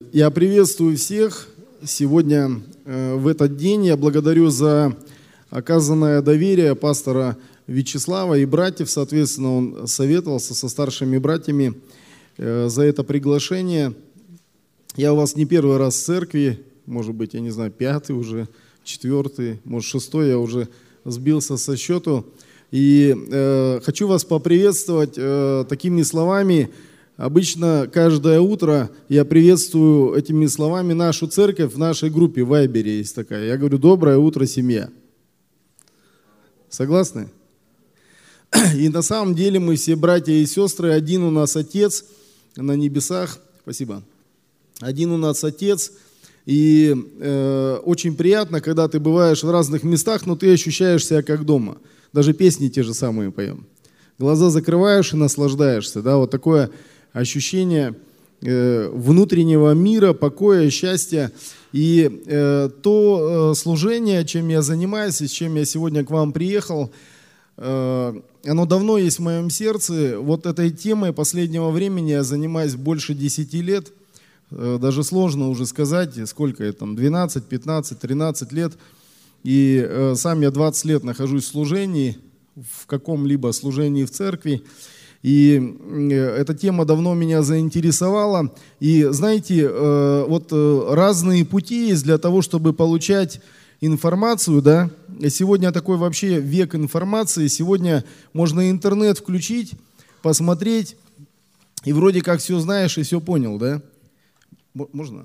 Я приветствую всех сегодня в этот день. Я благодарю за оказанное доверие пастора Вячеслава и братьев. Соответственно, он советовался со старшими братьями за это приглашение. Я у вас не первый раз в церкви, может быть, я не знаю, пятый уже, четвертый, может, шестой, я уже сбился со счету. И хочу вас поприветствовать такими словами. Обычно каждое утро я приветствую этими словами нашу церковь в нашей группе в Вайбере есть такая. Я говорю: доброе утро, семья. Согласны? И на самом деле мы все братья и сестры, один у нас Отец на небесах. Спасибо. Один у нас Отец. И очень приятно, когда ты бываешь в разных местах, но ты ощущаешь себя как дома. Даже песни те же самые поем. Глаза закрываешь и наслаждаешься. Да? Вот такое ощущение внутреннего мира, покоя, счастья. И то служение, чем я занимаюсь и с чем я сегодня к вам приехал, оно давно есть в моем сердце. Вот этой темой последнего времени я занимаюсь больше 10 лет. Даже сложно уже сказать, сколько это там, 12, 15, 13 лет. И сам я 20 лет нахожусь в служении, в каком-либо служении в церкви. И эта тема давно меня заинтересовала. И знаете, вот разные пути есть для того, чтобы получать информацию, да. Сегодня такой вообще век информации. Сегодня можно интернет включить, посмотреть, и вроде как все знаешь и все понял, да. Можно?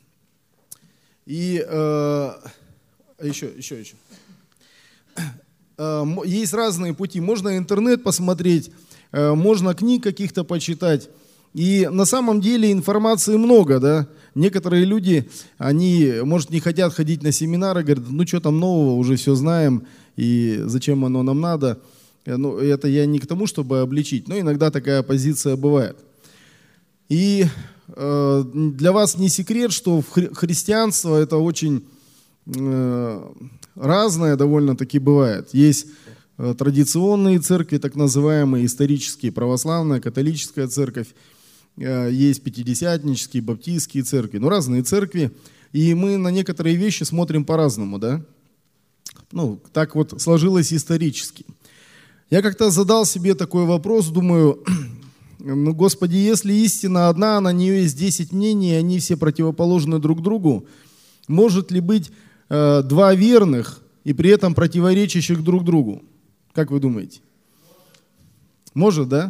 И еще. Есть разные пути. Можно интернет посмотреть, можно книг каких-то почитать. И на самом деле информации много, да. Некоторые люди, они, может, не хотят ходить на семинары, говорят: ну что там нового, уже все знаем, и зачем оно нам надо. Ну, это я не к тому, чтобы обличить, но иногда такая позиция бывает. И для вас не секрет, что христианство это очень разное довольно-таки бывает. Есть традиционные церкви, так называемые, исторические, православная, католическая церковь, есть пятидесятнические, баптистские церкви, ну разные церкви, и мы на некоторые вещи смотрим по-разному, да? Ну, так вот сложилось исторически. Я как-то задал себе такой вопрос, думаю: ну, Господи, если истина одна, на нее есть 10 мнений, они все противоположны друг другу, может ли быть два верных и при этом противоречащих друг другу? Как вы думаете? Может, да?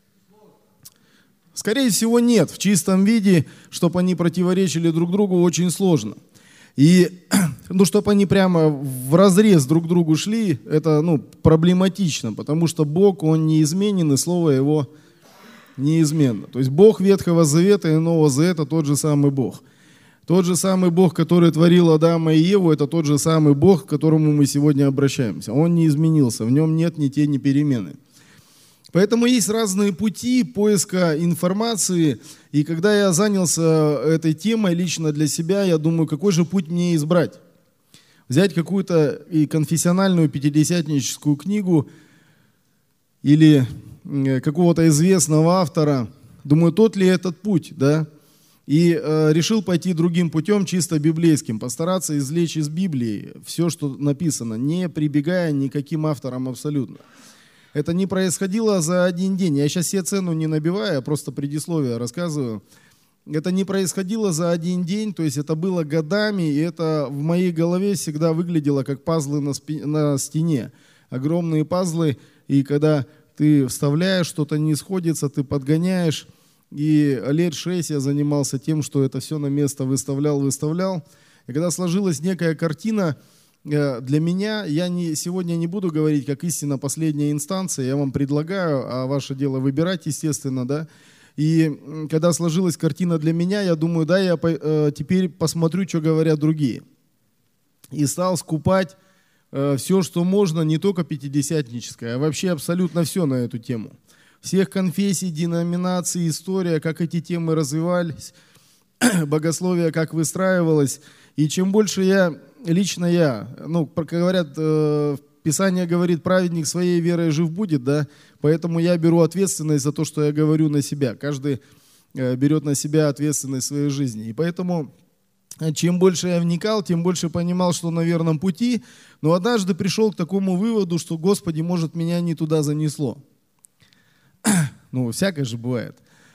Скорее всего, нет. В чистом виде, чтобы они противоречили друг другу, очень сложно. И, ну, чтобы они прямо вразрез друг другу шли, это, ну, проблематично, потому что Бог, Он неизменен, и Слово Его неизменно. То есть Бог Ветхого Завета и Нового Завета тот же самый Бог. Тот же самый Бог, который творил Адама и Еву, это тот же самый Бог, к которому мы сегодня обращаемся. Он не изменился, в нем нет ни тени перемены. Поэтому есть разные пути поиска информации. И когда я занялся этой темой лично для себя, я думаю, какой же путь мне избрать? Взять какую-то и конфессиональную пятидесятническую книгу или какого-то известного автора. Думаю, тот ли этот путь, да? И решил пойти другим путем, чисто библейским, постараться извлечь из Библии все, что написано, не прибегая ни к каким авторам абсолютно. Это не происходило за один день. Я сейчас себе цену не набиваю, я просто предисловие рассказываю. Это не происходило за один день, то есть это было годами, и это в моей голове всегда выглядело как пазлы на стене. Огромные пазлы, и когда ты вставляешь, что-то не сходится, ты подгоняешь. И лет 6 я занимался тем, что это все на место выставлял. И когда сложилась некая картина, для меня, сегодня не буду говорить как истина последняя инстанция, я вам предлагаю, а ваше дело выбирать, естественно, да. И когда сложилась картина для меня, я думаю, да, я теперь посмотрю, что говорят другие. И стал скупать все, что можно, не только пятидесятническое, а вообще абсолютно все на эту тему. Всех конфессий, деноминаций, история, как эти темы развивались, богословие, как выстраивалось. И чем больше лично я, ну, как говорят, Писание говорит: праведник своей верой жив будет, да, поэтому я беру ответственность за то, что я говорю, на себя. Каждый берет на себя ответственность в своей жизни. И поэтому, чем больше я вникал, тем больше понимал, что на верном пути. Но однажды пришел к такому выводу, что, Господи, может, меня не туда занесло. Ну, всякое же бывает.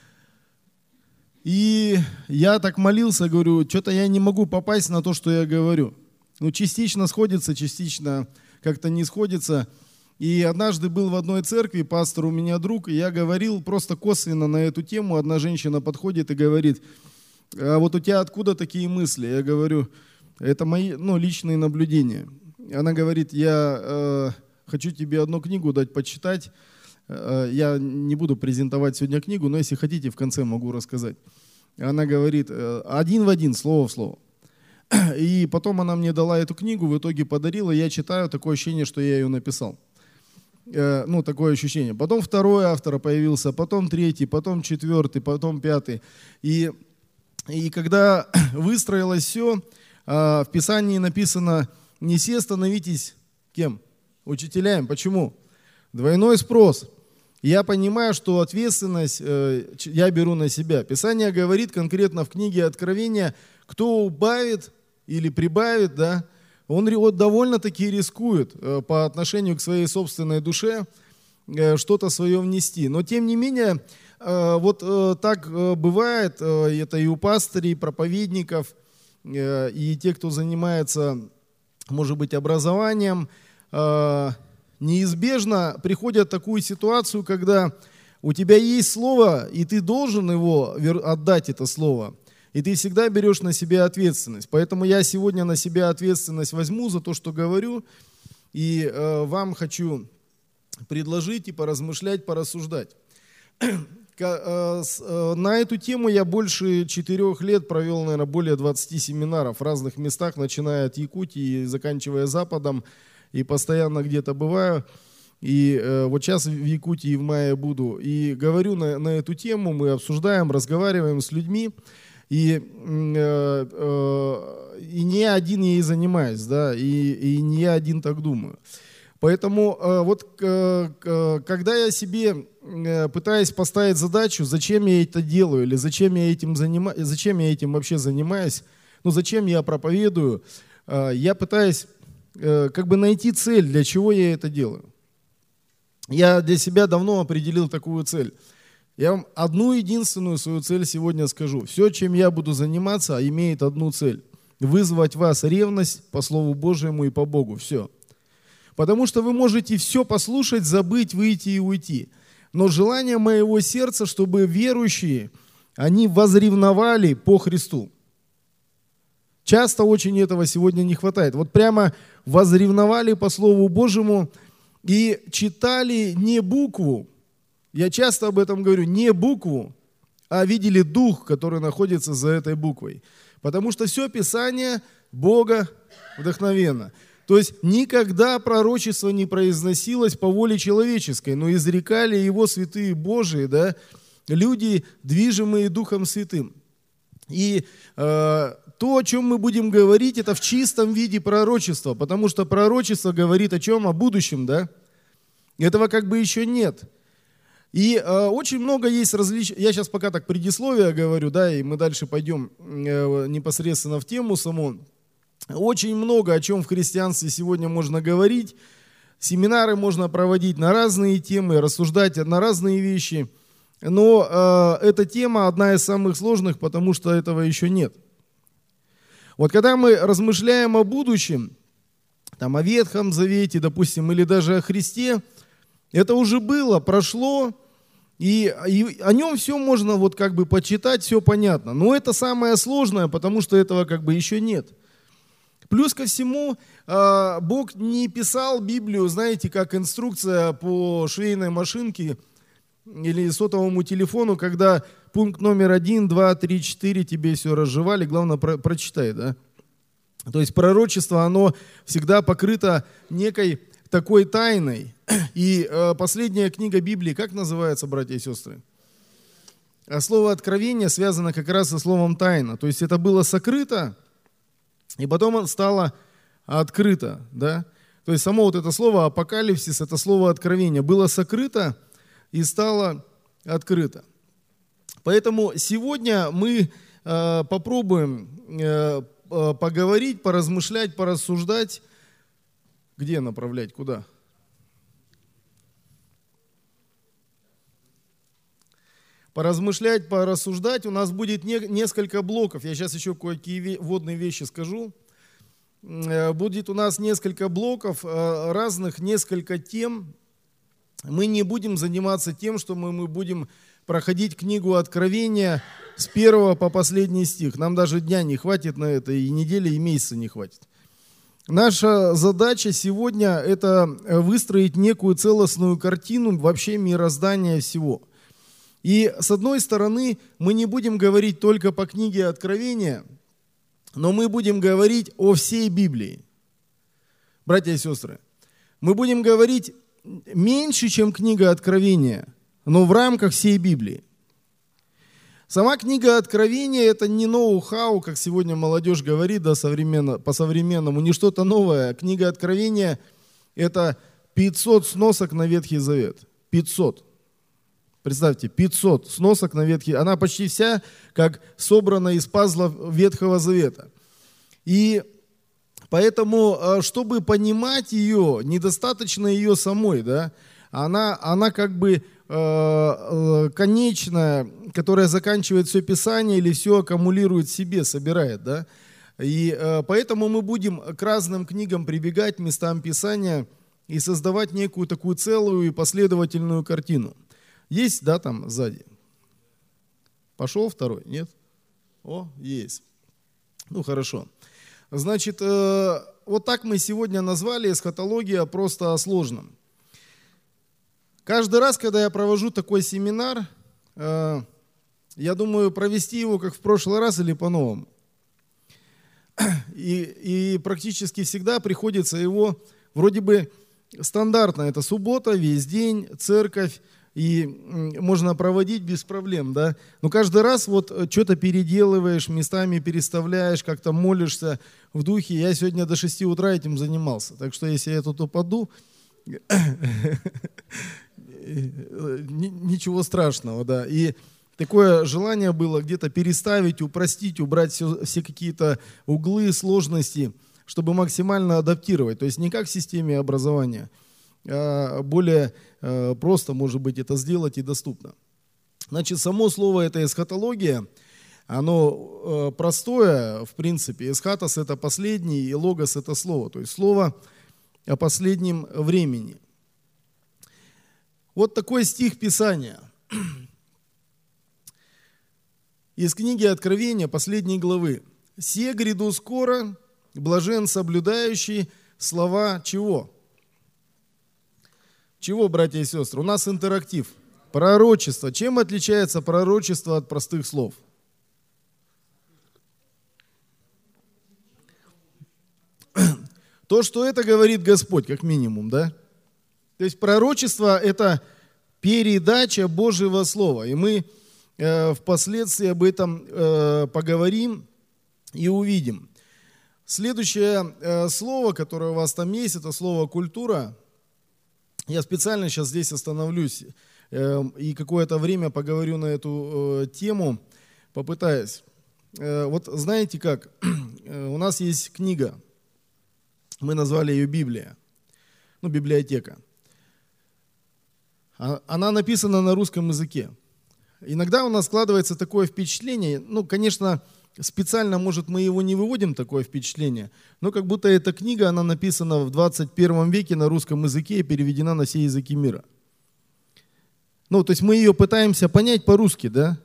И я так молился, говорю, что-то я не могу попасть на то, что я говорю. Ну, частично сходится, частично как-то не сходится. И однажды был в одной церкви, пастор у меня друг, и я говорил просто косвенно на эту тему. Одна женщина подходит и говорит: а вот у тебя откуда такие мысли? Я говорю, это мои личные наблюдения. Она говорит, я хочу тебе одну книгу дать почитать. Я не буду презентовать сегодня книгу, но если хотите, в конце могу рассказать. Она говорит, один в один, слово в слово. И потом она мне дала эту книгу, в итоге подарила, я читаю, такое ощущение, что я ее написал. Такое ощущение. Потом второй автор появился, потом третий, потом четвертый, потом пятый. И когда выстроилось все, в Писании написано, не все становитесь кем? Учителями. Почему? Двойной спрос. Я понимаю, что ответственность я беру на себя. Писание говорит конкретно в книге Откровения, кто убавит или прибавит, да, он довольно-таки рискует по отношению к своей собственной душе что-то свое внести. Но тем не менее, вот так бывает, это и у пастырей, проповедников, и те, кто занимается, может быть, образованием, неизбежно приходят в такую ситуацию, когда у тебя есть слово, и ты должен его отдать, это слово, и ты всегда берешь на себя ответственность. Поэтому я сегодня на себя ответственность возьму за то, что говорю, и вам хочу предложить и поразмышлять, порассуждать. На эту тему я больше 4 лет провел, наверное, более 20 семинаров в разных местах, начиная от Якутии и заканчивая Западом. И постоянно где-то бываю. И вот сейчас в Якутии в мае буду. И говорю на эту тему, мы обсуждаем, разговариваем с людьми. И не один я и занимаюсь, да, и не я один так думаю. Поэтому вот когда я себе пытаюсь поставить задачу, зачем я это делаю, или зачем я этим вообще занимаюсь, зачем я проповедую, я пытаюсь найти цель, для чего я это делаю. Я для себя давно определил такую цель. Я вам одну единственную свою цель сегодня скажу. Все, чем я буду заниматься, имеет одну цель. Вызвать в вас ревность по Слову Божьему и по Богу. Все. Потому что вы можете все послушать, забыть, выйти и уйти. Но желание моего сердца, чтобы верующие, они возревновали по Христу. Часто очень этого сегодня не хватает. Вот прямо возревновали по Слову Божьему и читали не букву, я часто об этом говорю, не букву, а видели дух, который находится за этой буквой. Потому что все Писание Бога вдохновенно. То есть никогда пророчество не произносилось по воле человеческой, но изрекали его святые Божии, да, люди, движимые Духом Святым. И то, о чем мы будем говорить, это в чистом виде пророчества, потому что пророчество говорит о чем? О будущем, да? Этого еще нет. И очень много есть различий. Я сейчас пока так предисловие говорю, да, и мы дальше пойдем непосредственно в тему саму. Очень много о чем в христианстве сегодня можно говорить. Семинары можно проводить на разные темы, рассуждать на разные вещи. Но эта тема одна из самых сложных, потому что этого еще нет. Вот когда мы размышляем о будущем, о Ветхом Завете, допустим, или даже о Христе, это уже было, прошло, и о нем все можно почитать, все понятно. Но это самое сложное, потому что этого еще нет. Плюс ко всему, Бог не писал Библию, знаете, как инструкция по швейной машинке или сотовому телефону, когда пункт номер 1, 2, 3, 4 тебе все разжевали, главное прочитай, да? То есть пророчество, оно всегда покрыто некой такой тайной. И последняя книга Библии, как называется, братья и сестры? А слово «откровение» связано как раз со словом «тайна». То есть это было сокрыто, и потом стало открыто, да? То есть само это слово «апокалипсис», это слово «откровение» было сокрыто и стало открыто. Поэтому сегодня мы попробуем поговорить, поразмышлять, порассуждать. Где направлять, куда? Поразмышлять, порассуждать. У нас будет несколько блоков. Я сейчас еще кое-какие вводные вещи скажу. Будет у нас несколько блоков, разных, несколько тем. Мы не будем заниматься тем, что мы будем проходить книгу Откровения с 1 по последний стих. Нам даже дня не хватит на это, и недели, и месяца не хватит. Наша задача сегодня – это выстроить некую целостную картину вообще мироздания всего. И с одной стороны, мы не будем говорить только по книге Откровения, но мы будем говорить о всей Библии. Братья и сестры, мы будем говорить меньше, чем книга Откровения, но в рамках всей Библии. Сама книга Откровения – это не ноу-хау, как сегодня молодежь говорит, да, по-современному, не что-то новое. Книга Откровения – это 500 сносок на Ветхий Завет. 500. Представьте, 500 сносок на Ветхий. Она почти вся как собрана из пазлов Ветхого Завета. И поэтому, чтобы понимать ее, недостаточно ее самой, да? Она как бы конечная, которая заканчивает все Писание или все аккумулирует в себе, собирает, да? И поэтому мы будем к разным книгам прибегать, местам Писания и создавать некую такую целую и последовательную картину. Есть, да, там сзади? Пошел второй? Нет? О, есть. Ну, хорошо. Значит, вот так мы сегодня назвали эсхатология просто о сложном. Каждый раз, когда я провожу такой семинар, я думаю, провести его как в прошлый раз или по-новому. И практически всегда приходится его, вроде бы стандартно, это суббота, весь день, церковь, и можно проводить без проблем, да. Но каждый раз вот что-то переделываешь, местами переставляешь, как-то молишься в духе. Я сегодня до 6 утра этим занимался, так что если я тут упаду, ничего страшного, да. И такое желание было где-то переставить, упростить, убрать все какие-то углы, сложности, чтобы максимально адаптировать. То есть не как в системе образования, более просто, может быть, это сделать и доступно. Значит, само слово это эсхатология, оно простое, в принципе. Эсхатос это последний, и логос это слово, то есть слово о последнем времени. Вот такой стих Писания. Из книги Откровения, последней главы. «Се гряду скоро, блажен соблюдающий слова» чего? Чего, братья и сестры? У нас интерактив. Пророчество. Чем отличается пророчество от простых слов? То, что это говорит Господь, как минимум, да? То есть пророчество – это передача Божьего Слова. И мы впоследствии об этом поговорим и увидим. Следующее слово, которое у вас там есть, это слово «культура». Я специально сейчас здесь остановлюсь и какое-то время поговорю на эту тему, попытаюсь. Вот знаете как, у нас есть книга, мы назвали ее Библия, ну библиотека. Она написана на русском языке. Иногда у нас складывается такое впечатление, ну, конечно, специально, может, мы его не выводим, такое впечатление, но как будто эта книга, она написана в 21 веке на русском языке и переведена на все языки мира. Ну, то есть мы ее пытаемся понять по-русски, да?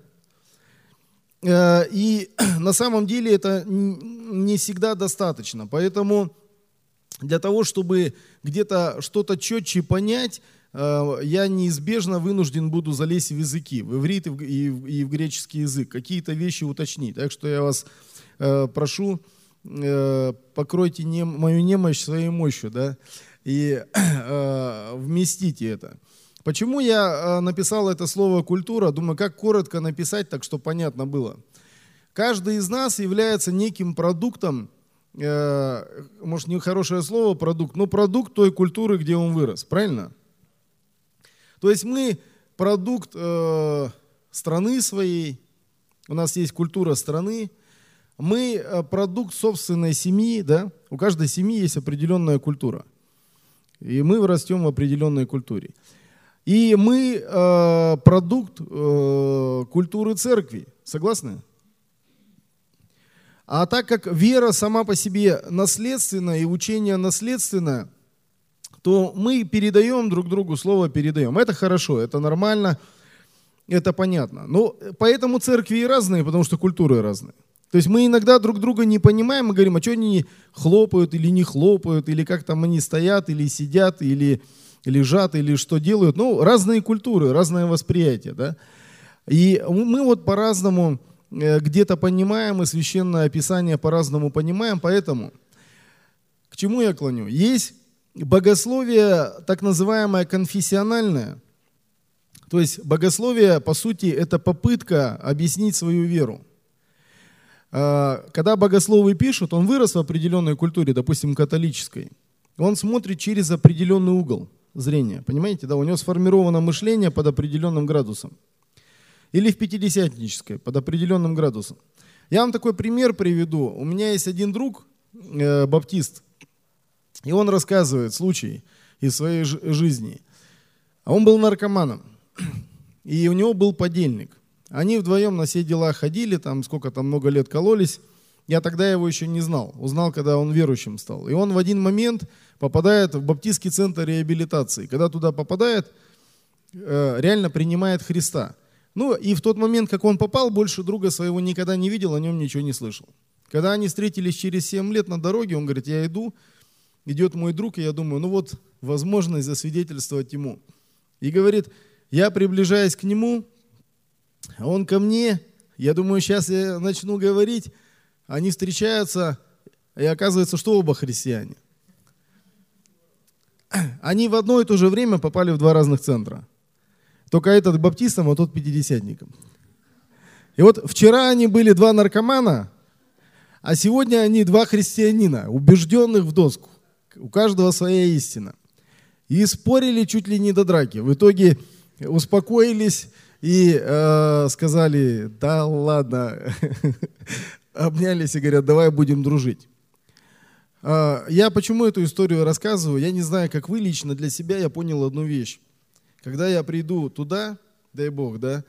И на самом деле это не всегда достаточно. Поэтому для того, чтобы где-то что-то четче понять, я неизбежно вынужден буду залезть в языки, в иврит и в греческий язык, какие-то вещи уточнить. Так что я вас прошу, покройте мою немощь своей мощью, да, и вместите это. Почему я написал это слово «культура»? Думаю, как коротко написать, так что понятно было. Каждый из нас является неким продуктом, может, не хорошее слово «продукт», но продукт той культуры, где он вырос, правильно? То есть мы продукт страны своей, у нас есть культура страны, мы продукт собственной семьи, да? У каждой семьи есть определенная культура. И мы растем в определенной культуре. И мы продукт культуры церкви. Согласны? А так как вера сама по себе наследственная и учение наследственное, то мы передаем друг другу слово «передаем». Это хорошо, это нормально, это понятно. Но поэтому церкви и разные, потому что культуры разные. То есть мы иногда друг друга не понимаем, мы говорим, а что они хлопают или не хлопают, или как там они стоят, или сидят, или лежат, или что делают. Ну, разные культуры, разное восприятие, да. И мы вот по-разному где-то понимаем, и Священное Писание по-разному понимаем, поэтому к чему я клоню? Есть богословие так называемое конфессиональное, то есть богословие, по сути, это попытка объяснить свою веру. Когда богословы пишут, он вырос в определенной культуре, допустим, католической, он смотрит через определенный угол зрения, понимаете, да, у него сформировано мышление под определенным градусом. Или в пятидесятнической, под определенным градусом. Я вам такой пример приведу. У меня есть один друг, баптист, и он рассказывает случай из своей жизни. Он был наркоманом, и у него был подельник. Они вдвоем на все дела ходили, там сколько-то много лет кололись. Я тогда его еще не знал. Узнал, когда он верующим стал. И он в один момент попадает в баптистский центр реабилитации. Когда туда попадает, реально принимает Христа. Ну и в тот момент, как он попал, больше друга своего никогда не видел, о нем ничего не слышал. Когда они встретились через 7 лет на дороге, он говорит, я иду, идет мой друг, и я думаю, ну вот возможность засвидетельствовать ему. И говорит, я приближаюсь к нему, а он ко мне, я думаю, сейчас я начну говорить, они встречаются, и оказывается, что оба христиане. Они в одно и то же время попали в 2 разных центра. Только этот баптистом, а тот пятидесятником. И вот вчера они были 2 наркомана, а сегодня они 2 христианина, убежденных в доску. У каждого своя истина. И спорили чуть ли не до драки. В итоге успокоились и сказали, да ладно, обнялись и говорят, давай будем дружить. Я почему эту историю рассказываю? Я не знаю, как вы лично, для себя я понял одну вещь. Когда я приду туда, дай Бог, да,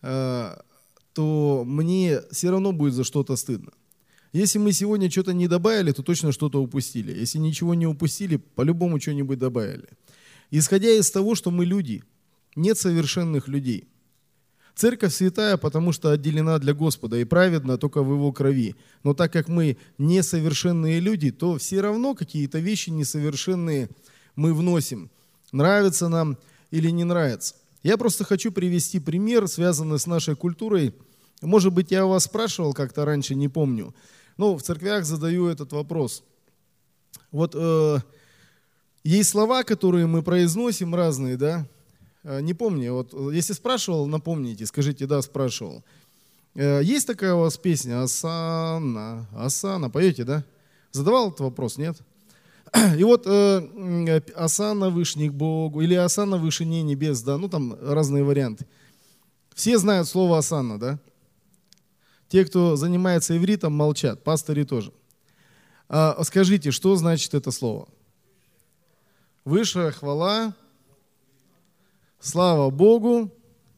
то мне все равно будет за что-то стыдно. Если мы сегодня что-то не добавили, то точно что-то упустили. Если ничего не упустили, по-любому что-нибудь добавили. Исходя из того, что мы люди, нет совершенных людей. Церковь святая, потому что отделена для Господа и праведна только в Его крови. Но так как мы несовершенные люди, то все равно какие-то вещи несовершенные мы вносим. Нравится нам или не нравится. Я просто хочу привести пример, связанный с нашей культурой. Может быть, я вас спрашивал как-то раньше, не помню. Но в церквях задаю этот вопрос. Вот есть слова, которые мы произносим разные, да? Не помню, вот если спрашивал, напомните, скажите, да, спрашивал. Есть такая у вас песня «Осанна», «Осанна», поете, да? Задавал этот вопрос, нет? И вот «Осанна вышних Богу» или «Осанна вышине небес», да, ну там разные варианты. Все знают слово «Осанна», да? Те, кто занимается ивритом, молчат, пастыри тоже. Скажите, что значит это слово? Высшая хвала, слава Богу,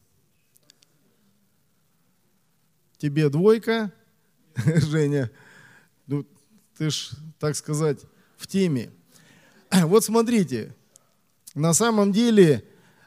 тебе 2, Женя, ну ты ж, так сказать, в теме. Вот смотрите, на самом деле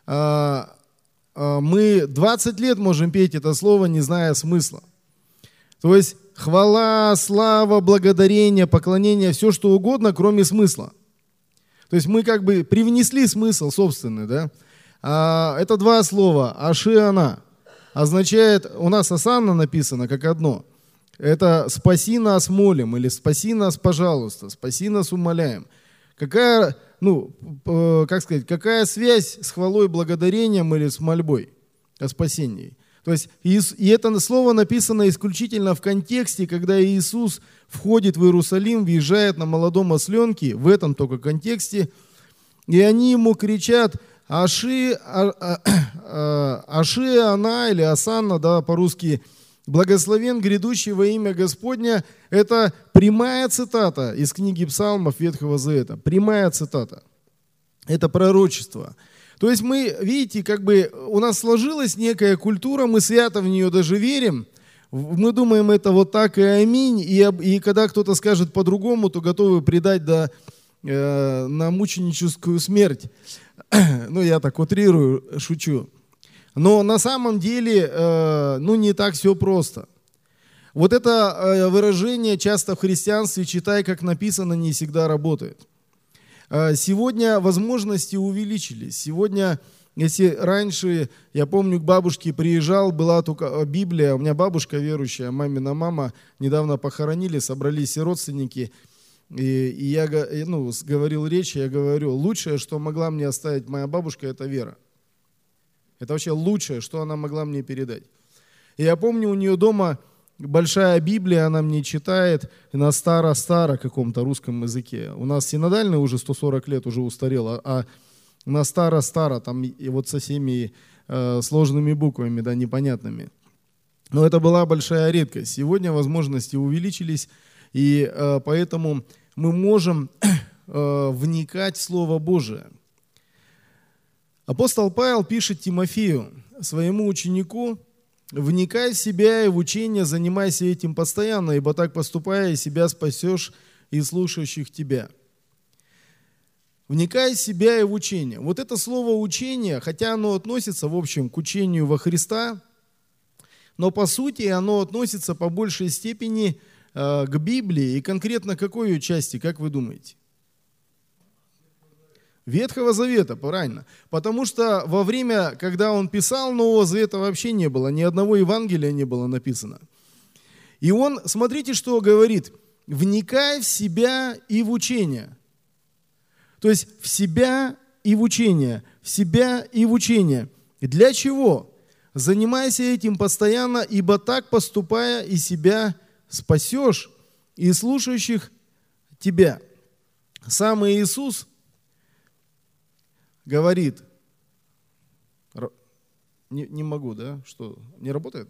мы 20 лет можем петь это слово, не зная смысла. То есть хвала, слава, благодарение, поклонение, все что угодно, кроме смысла. То есть мы как бы привнесли смысл собственный, да? Это 2 слова, ашиана, означает, у нас осанна написано как одно. Это спаси нас молим, или спаси нас, пожалуйста, спаси нас умоляем. Какая, как сказать, какая связь с хвалой, благодарением или с мольбой о спасении? То есть, и это слово написано исключительно в контексте, когда Иисус входит в Иерусалим, въезжает на молодом осленке, в этом только контексте, и они ему кричат: Ашиана или Асанна, да, по-русски, «Благословен грядущий во имя Господня» – это прямая цитата из книги Псалмов Ветхого Завета. Прямая цитата. Это пророчество. То есть мы, видите, как бы у нас сложилась некая культура, мы свято в нее даже верим, мы думаем, это вот так и аминь, и когда кто-то скажет по-другому, то готовы предать на мученическую смерть. Ну, я так утрирую, шучу. Но на самом деле, не так все просто. Вот это выражение часто в христианстве «читай, как написано» не всегда работает. Сегодня возможности увеличились. Сегодня, если раньше, я помню, к бабушке приезжал, была только Библия, у меня бабушка верующая, мамина мама, недавно похоронили, собрались все родственники, и я говорил речь, я говорю, лучшее, что могла мне оставить моя бабушка, это вера. Это вообще лучшее, что она могла мне передать. И я помню, у нее дома большая Библия, она мне читает на старо-старо каком-то русском языке. У нас синодальный уже 140 лет уже устарел, а на старо-старо, там и вот со всеми сложными буквами, да, непонятными. Но это была большая редкость. Сегодня возможности увеличились, и поэтому мы можем вникать в Слово Божие. Апостол Павел пишет Тимофею, своему ученику: «Вникай в себя и в учение, занимайся этим постоянно, ибо так поступая, себя спасешь и слушающих тебя». Вникай в себя и в учение. Вот это слово «учение», хотя оно относится, в общем, к учению во Христа, но по сути оно относится по большей степени к Библии. И конкретно к какой ее части, как вы думаете? Ветхого Завета, правильно. Потому что во время, когда он писал Нового Завета, вообще не было, ни одного Евангелия не было написано. И он, смотрите, что говорит: «Вникай в себя и в учение». То есть в себя и в учение, в себя и в учение. Для чего? Занимайся этим постоянно, ибо так поступая и себя спасешь, и слушающих тебя. Сам Иисус говорит, не могу, да? Что, не работает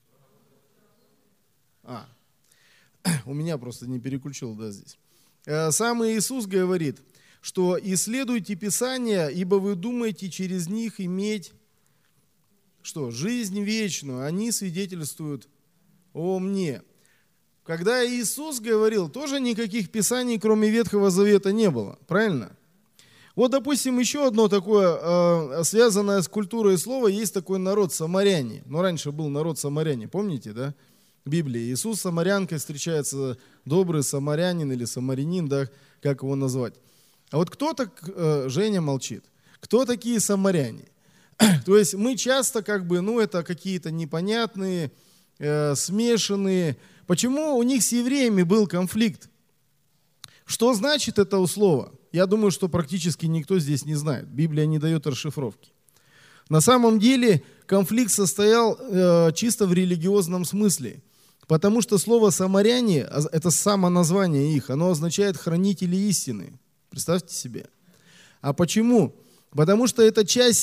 она? У меня просто не переключил, да, здесь. Сам Иисус говорит, что исследуйте Писания, ибо вы думаете через них иметь, что, жизнь вечную, они свидетельствуют о мне. Когда Иисус говорил, тоже никаких Писаний, кроме Ветхого Завета, не было, правильно? Вот, допустим, еще одно такое, связанное с культурой слово, есть такой народ самаряне. Но раньше был народ самаряне, помните, да? В Библии Иисус с самарянкой встречается, добрый самарянин или самарянин, да, как его назвать. А вот Женя молчит, кто такие самаряне? То есть мы часто это какие-то непонятные, смешанные. Почему у них с евреями был конфликт? Что значит это слово? Я думаю, что практически никто здесь не знает. Библия не дает расшифровки. На самом деле конфликт состоял чисто в религиозном смысле. Потому что слово «самаряне», это само название их, оно означает «хранители истины». Представьте себе. А почему? Потому что это часть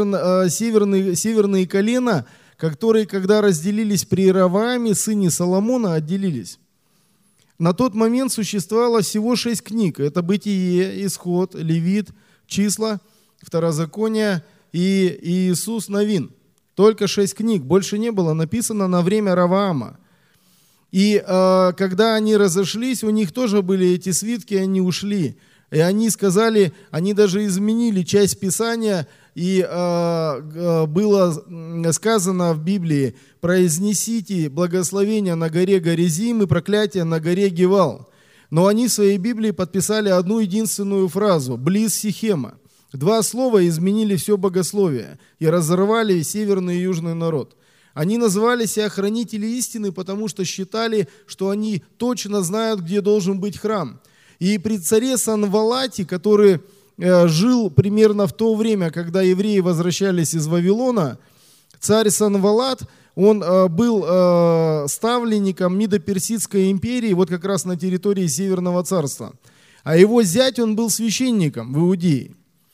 северные колена, которые, когда разделились при Иеровоаме, сыне Соломона, отделились. На тот момент существовало всего 6 книг. Это Бытие, Исход, Левит, Числа, Второзаконие и Иисус Новин. Только 6 книг. Больше не было написано на время Ровоама. И когда они разошлись, у них тоже были эти свитки, они ушли. И они сказали, они даже изменили часть Писания, и было сказано в Библии: «Произнесите благословение на горе Горизим и проклятие на горе Гевал». Но они в своей Библии подписали одну единственную фразу: «близ Сихема». 2 слова изменили все богословие и разорвали северный и южный народ. Они называли себя хранители истины, потому что считали, что они точно знают, где должен быть храм. И при царе Санвалате, который жил примерно в то время, когда евреи возвращались из Вавилона, царь Санвалат, он был ставленником Мидо-Персидской империи, вот как раз на территории Северного царства. А его зять, он был священником в Иудее.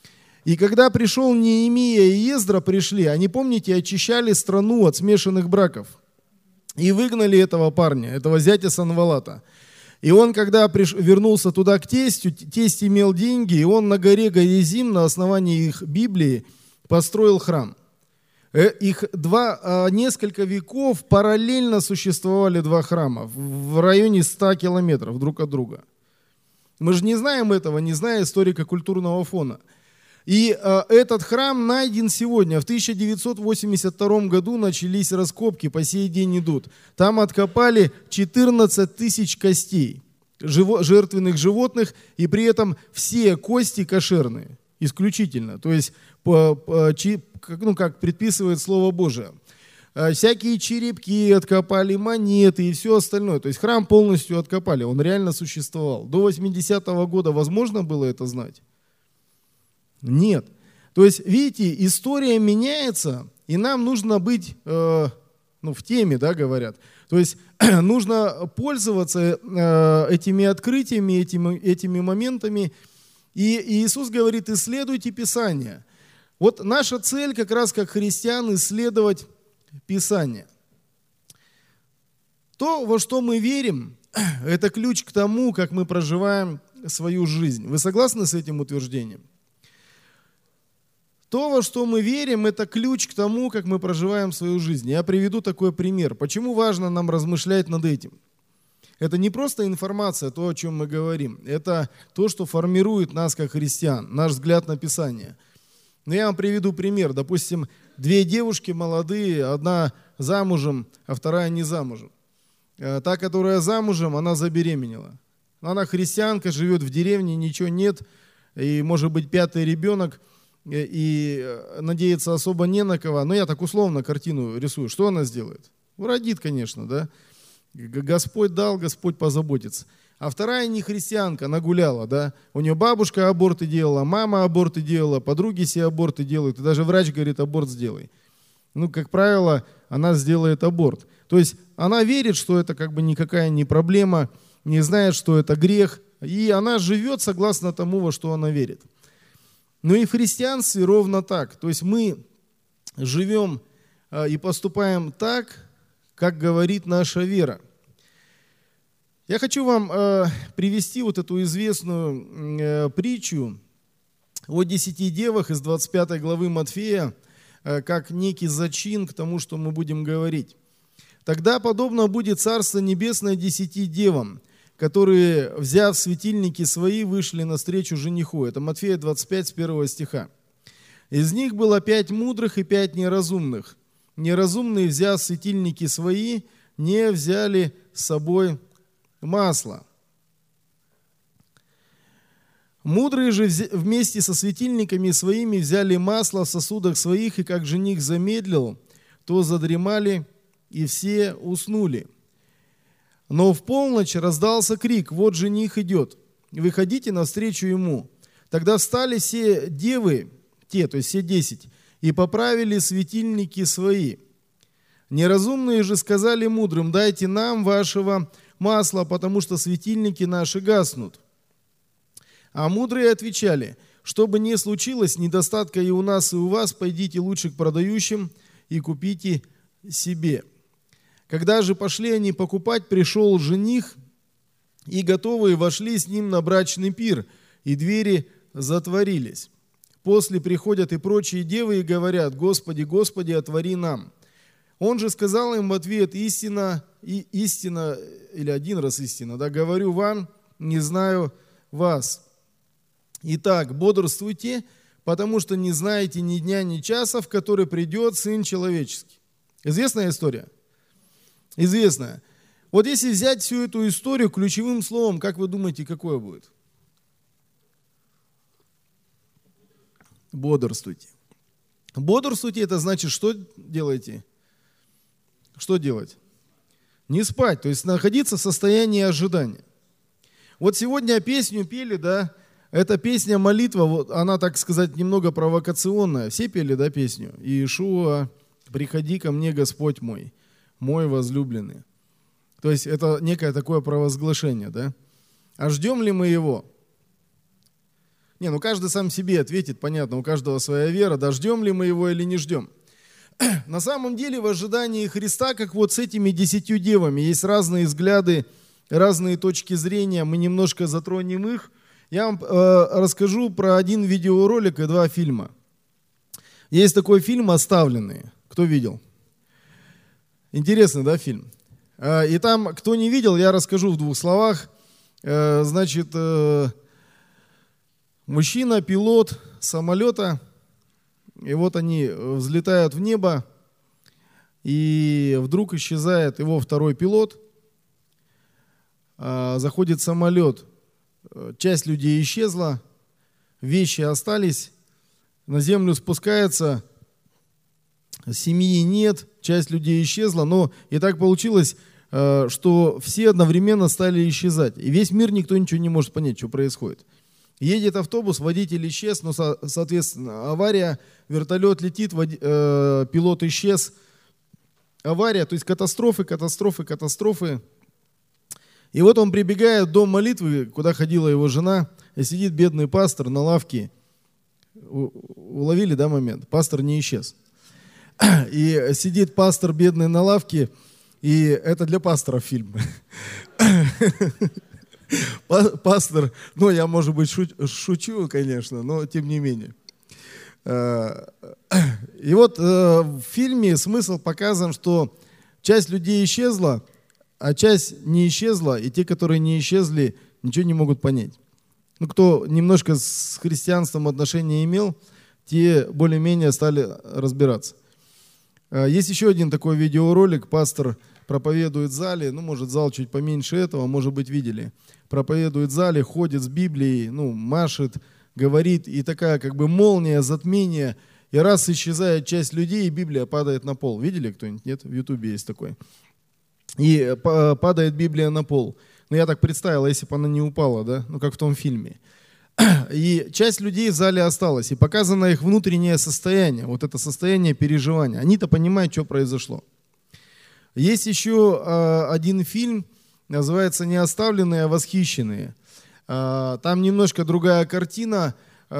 И когда пришел Неемия и Ездра пришли, они, помните, очищали страну от смешанных браков. И выгнали этого парня, этого зятя Санвалата. И он, когда вернулся туда к тестю, тесть имел деньги, и он на горе Гаязим, на основании их Библии, построил храм. Их несколько веков параллельно существовали два храма в районе 100 километров друг от друга. Мы же не знаем этого, не зная историко-культурного фона. И этот храм найден сегодня. В 1982 году начались раскопки, по сей день идут. Там откопали 14 тысяч костей жертвенных животных, и при этом все кости кошерные, исключительно. То есть, как предписывает Слово Божие. Всякие черепки откопали, монеты и все остальное. То есть храм полностью откопали, он реально существовал. До 80-го года возможно было это знать? Нет. То есть, видите, история меняется, и нам нужно быть в теме, да, говорят. То есть нужно пользоваться этими открытиями, этими моментами. И Иисус говорит, исследуйте Писание. Вот наша цель как раз как христиан исследовать Писание. То, во что мы верим, это ключ к тому, как мы проживаем свою жизнь. Вы согласны с этим утверждением? То, во что мы верим, это ключ к тому, как мы проживаем свою жизнь. Я приведу такой пример. Почему важно нам размышлять над этим? Это не просто информация, то, о чем мы говорим. Это то, что формирует нас как христиан, наш взгляд на Писание. Но я вам приведу пример. Допустим, две девушки молодые, одна замужем, а вторая не замужем. Та, которая замужем, она забеременела. Она христианка, живет в деревне, ничего нет, и может быть 5-й ребенок, и надеяться особо не на кого. Но я так условно картину рисую. Что она сделает? Родит, конечно, да. Господь дал, Господь позаботится. А вторая не христианка, она гуляла, да. У нее бабушка аборты делала, мама аборты делала, подруги себе аборты делают. И даже врач говорит, аборт сделай. Ну, как правило, она сделает аборт. То есть она верит, что это как бы никакая не проблема, не знает, что это грех. И она живет согласно тому, во что она верит. Но и в христианстве ровно так. То есть мы живем и поступаем так, как говорит наша вера. Я хочу вам привести вот эту известную притчу о 10 девах из 25 главы Матфея, как некий зачин к тому, что мы будем говорить. «Тогда подобно будет Царство Небесное 10 девам, которые, взяв светильники свои, вышли навстречу жениху». Это Матфея 25, с 1 стиха. «Из них было 5 мудрых и 5 неразумных. Неразумные, взяв светильники свои, не взяли с собой масло. Мудрые же вместе со светильниками своими взяли масло в сосудах своих, и как жених замедлил, то задремали, и все уснули. Но в полночь раздался крик: вот жених идет, выходите навстречу ему. Тогда встали все девы, то есть все 10, и поправили светильники свои. Неразумные же сказали мудрым: дайте нам вашего масла, потому что светильники наши гаснут. А мудрые отвечали: что бы ни случилось, недостатка и у нас, и у вас, пойдите лучше к продающим и купите себе. Когда же пошли они покупать, пришел жених, и готовые вошли с ним на брачный пир, и двери затворились. После приходят и прочие девы и говорят: Господи, Господи, отвори нам. Он же сказал им в ответ: истина, или один раз истина, да, говорю вам, не знаю вас. Итак, бодрствуйте, потому что не знаете ни дня, ни часа, в который придет Сын Человеческий. Известная история? Известная. Вот если взять всю эту историю ключевым словом, как вы думаете, какое будет? Бодрствуйте. Бодрствуйте, это значит, что делаете? Что делать? Не спать, то есть находиться в состоянии ожидания. Вот сегодня песню пели, да, эта песня молитва, вот она, так сказать, немного провокационная. Все пели, да, песню? Иешуа, приходи ко мне, Господь мой, мой возлюбленный. То есть это некое такое провозглашение, да? А ждем ли мы его? Ну каждый сам себе ответит, понятно, у каждого своя вера, да, ждем ли мы его или не ждем. На самом деле в ожидании Христа, как вот с этими 10 девами, есть разные взгляды, разные точки зрения, мы немножко затронем их. Я вам расскажу про один видеоролик и 2 фильма. Есть такой фильм «Оставленные». Кто видел? Интересный, да, фильм? И там, кто не видел, я расскажу в 2 словах. Значит, мужчина, пилот самолета, и вот они взлетают в небо, и вдруг исчезает его второй пилот, заходит самолет, часть людей исчезла, вещи остались, на землю спускается, семьи нет, часть людей исчезла, но и так получилось, что все одновременно стали исчезать. И весь мир, никто ничего не может понять, что происходит. Едет автобус, водитель исчез, но, соответственно, авария, вертолет летит, пилот исчез. Авария, то есть катастрофы. И вот он прибегает в дом молитвы, куда ходила его жена, и сидит бедный пастор на лавке. Уловили, да, момент? Пастор не исчез. И сидит пастор бедный на лавке, и это для пастора фильм. Пастор, я, может быть, шучу, конечно, но тем не менее. И вот в фильме смысл показан, что часть людей исчезла, а часть не исчезла, и те, которые не исчезли, ничего не могут понять. Кто немножко с христианством отношения имел, те более-менее стали разбираться. Есть еще один такой видеоролик, пастор проповедует в зале, может зал чуть поменьше этого, может быть видели. Проповедует в зале, ходит с Библией, машет, говорит, и такая как бы молния, затмение, и раз исчезает часть людей, и Библия падает на пол. Видели кто-нибудь? Нет? В Ютубе есть такой. И падает Библия на пол. Я так представил, если бы она не упала, да, как в том фильме. И часть людей в зале осталась, и показано их внутреннее состояние, вот это состояние переживания. Они-то понимают, что произошло. Есть еще один фильм, называется «Не оставленные, а восхищенные». Там немножко другая картина.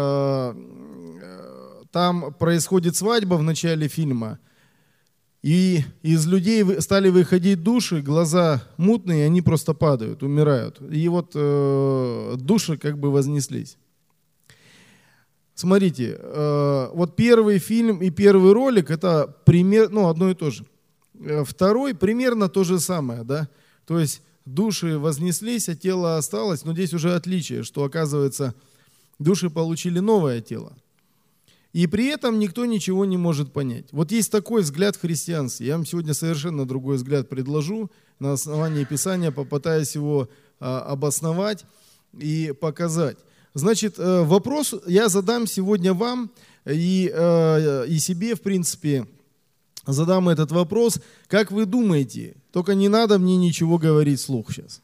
Там происходит свадьба в начале фильма, и из людей стали выходить души, глаза мутные, они просто падают, умирают. И вот души как бы вознеслись. Смотрите, вот первый фильм и первый ролик это пример, одно и то же. Второй примерно то же самое, да, то есть души вознеслись, а тело осталось, но здесь уже отличие, что оказывается души получили новое тело. И при этом никто ничего не может понять. Вот есть такой взгляд в христианстве. Я вам сегодня совершенно другой взгляд предложу. На основании Писания попытаюсь его обосновать и показать. Значит, вопрос я задам сегодня вам и себе, в принципе, задам этот вопрос. Как вы думаете, только не надо мне ничего говорить вслух сейчас.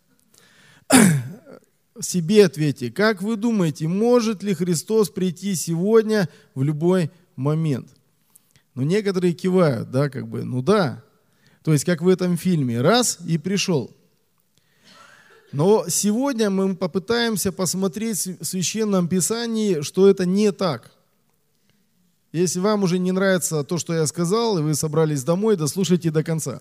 Себе ответьте, как вы думаете, может ли Христос прийти сегодня в любой момент? Некоторые кивают, да, да. То есть, как в этом фильме, раз и пришел. Но сегодня мы попытаемся посмотреть в Священном Писании, что это не так. Если вам уже не нравится то, что я сказал, и вы собрались домой, дослушайте до конца.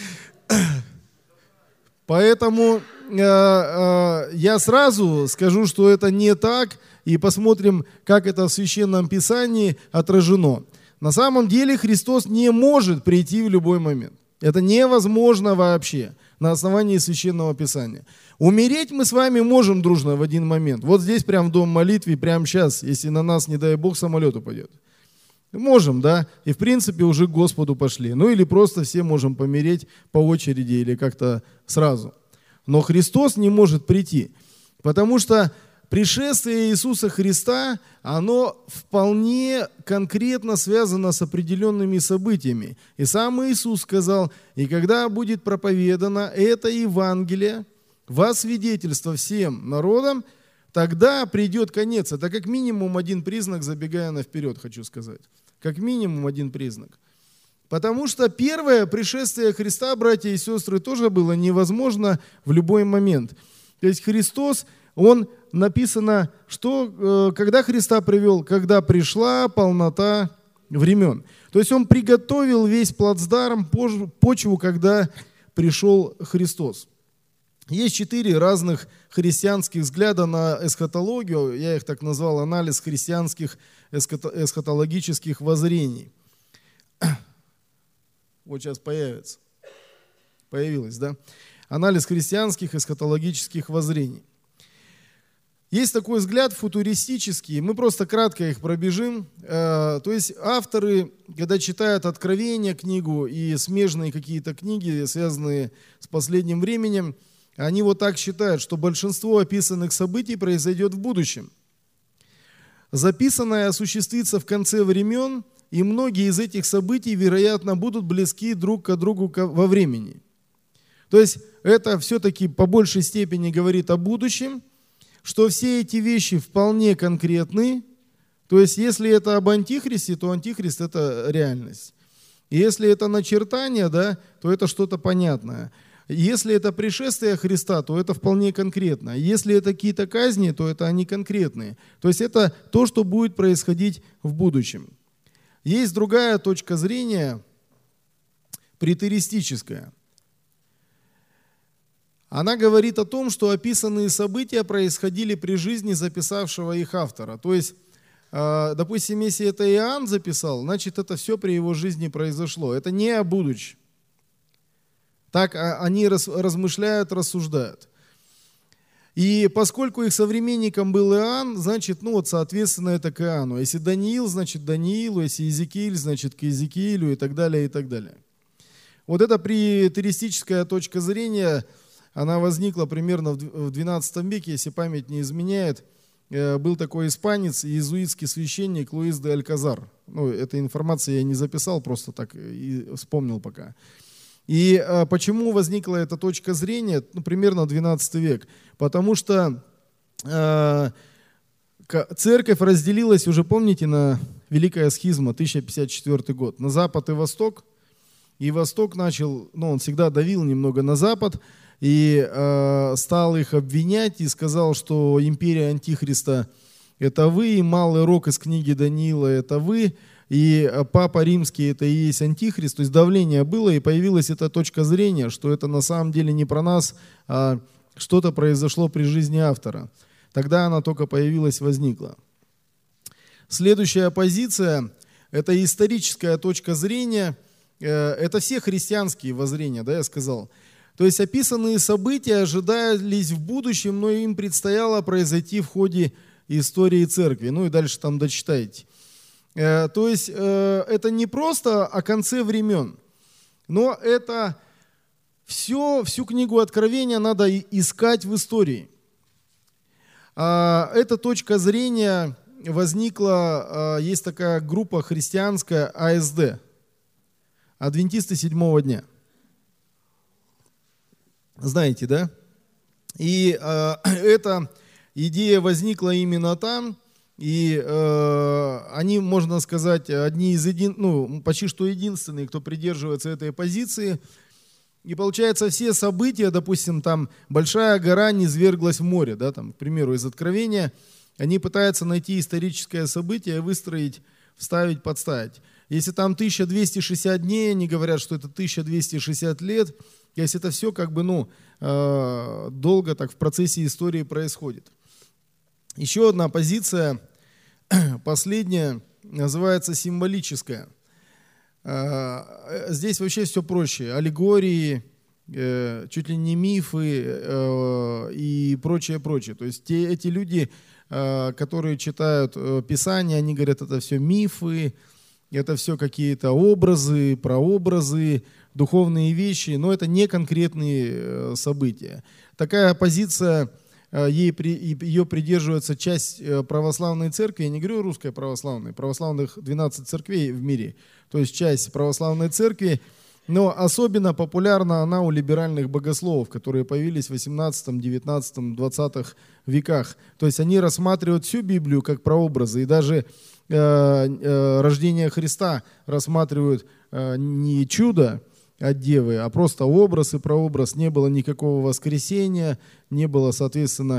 Поэтому я сразу скажу, что это не так, и посмотрим, как это в Священном Писании отражено. На самом деле Христос не может прийти в любой момент. Это невозможно вообще на основании Священного Писания. Умереть мы с вами можем дружно в один момент. Вот здесь прям в дом молитвы, прямо сейчас, если на нас, не дай Бог, самолет упадет. Можем, да, и в принципе уже к Господу пошли. Или просто все можем помереть по очереди или как-то сразу. Но Христос не может прийти, потому что пришествие Иисуса Христа, оно вполне конкретно связано с определенными событиями. И сам Иисус сказал, и когда будет проповедано это Евангелие во свидетельство всем народам, тогда придет конец. Это как минимум один признак, забегая наперед, хочу сказать. Как минимум один признак. Потому что первое пришествие Христа, братья и сестры, тоже было невозможно в любой момент. То есть Христос, Он написано, что когда Христа привел, когда пришла полнота времен. То есть Он приготовил весь плацдарм, почву, когда пришел Христос. Есть 4 разных христианских взгляда на эсхатологию, я их так назвал, анализ христианских эсхатологических воззрений. Вот сейчас появится. Появилось, да? Анализ христианских эсхатологических воззрений. Есть такой взгляд футуристический, мы просто кратко их пробежим. То есть авторы, когда читают Откровение, книгу и смежные какие-то книги, связанные с последним временем, они вот так считают, что большинство описанных событий произойдет в будущем. Записанное осуществится в конце времен, и многие из этих событий, вероятно, будут близки друг к другу во времени. То есть это все-таки по большей степени говорит о будущем, что все эти вещи вполне конкретны. То есть если это об антихристе, то антихрист – это реальность. И если это начертание, да, то это что-то понятное. Если это пришествие Христа, то это вполне конкретно. Если это какие-то казни, то это они конкретные. То есть это то, что будет происходить в будущем. Есть другая точка зрения, претеристическая. Она говорит о том, что описанные события происходили при жизни записавшего их автора. То есть, допустим, если это Иоанн записал, значит, это все при его жизни произошло. Это не о будущем. Так они размышляют, рассуждают. И поскольку их современником был Иоанн, значит, соответственно, это к Иоанну. Если Даниил, значит, Даниилу, если Иезекииль, значит, к Иезекиилю и так далее, и так далее. Вот эта претеристическая точка зрения, она возникла примерно в XII веке, если память не изменяет. Был такой испанец, иезуитский священник Луис де Альказар. Этой информации я не записал, просто так и вспомнил пока. И почему возникла эта точка зрения? Примерно XII век. Потому что церковь разделилась, уже помните, на Великая схизма, 1054 год, на Запад и Восток. И Восток начал, он всегда давил немного на Запад, и стал их обвинять, и сказал, что империя Антихриста – это вы, и Малый Рок из книги Даниила – это вы, и Папа Римский – это и есть Антихрист. То есть давление было, и появилась эта точка зрения, что это на самом деле не про нас, а что-то произошло при жизни автора. Тогда она только появилась, возникла. Следующая позиция – это историческая точка зрения. Это все христианские воззрения, да, я сказал. То есть описанные события ожидались в будущем, но им предстояло произойти в ходе истории церкви. И дальше там дочитайте. То есть это не просто о конце времен, но это всю книгу Откровения надо искать в истории. Эта точка зрения возникла, есть такая группа христианская АСД, адвентисты седьмого дня. Знаете, да? И эта идея возникла именно там. И они, можно сказать, одни из почти что единственные, кто придерживается этой позиции. И получается, все события, допустим, там большая гора низверглась в море, да, там, к примеру, из Откровения, они пытаются найти историческое событие, выстроить, вставить, подставить. Если там 1260 дней, они говорят, что это 1260 лет, если это все долго так в процессе истории происходит. Еще одна позиция, последняя, называется символическая. Здесь вообще все проще. Аллегории, чуть ли не мифы и прочее. То есть эти люди, которые читают Писание, они говорят, это все мифы, это все какие-то образы, прообразы, духовные вещи, но это не конкретные события. Такая позиция, ее придерживается часть православной церкви, я не говорю русской православной, православных 12 церквей в мире, то есть часть православной церкви, но особенно популярна она у либеральных богословов, которые появились в 18, 19, 20 веках. То есть они рассматривают всю Библию как прообразы, и даже рождение Христа рассматривают не чудо от Девы, а просто образ и прообраз. Не было никакого воскресения, не было, соответственно,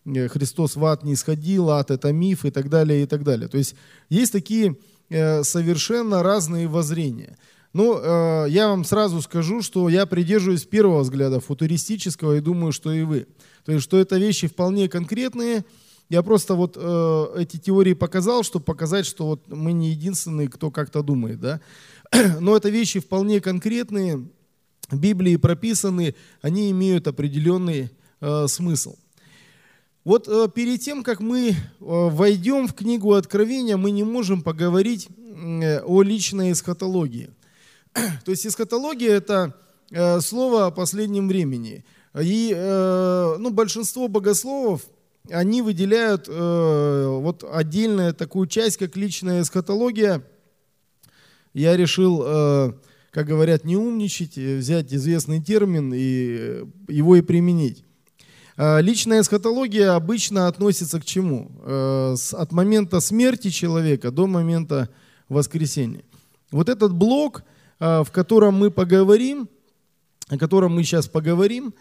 Христос в ад не сходил, ад это миф и так далее, и так далее. То есть есть такие совершенно разные воззрения. Но я вам сразу скажу, что я придерживаюсь первого взгляда, футуристического, и думаю, что и вы. То есть, что это вещи вполне конкретные. Я просто вот эти теории показал, чтобы показать, что вот мы не единственные, кто как-то думает. Да? Но это вещи вполне конкретные, в Библии прописаны, они имеют определенный смысл. Вот перед тем, как мы войдем в книгу Откровения, мы не можем поговорить о личной эсхатологии. То есть эсхатология – это слово о последнем времени. И большинство богословов, они выделяют вот отдельную такую часть, как личная эсхатология. Я решил, как говорят, не умничать, взять известный термин и его и применить. Личная эсхатология обычно относится к чему? От момента смерти человека до момента воскресения. Вот этот блок, в котором мы поговорим, о котором мы сейчас поговорим,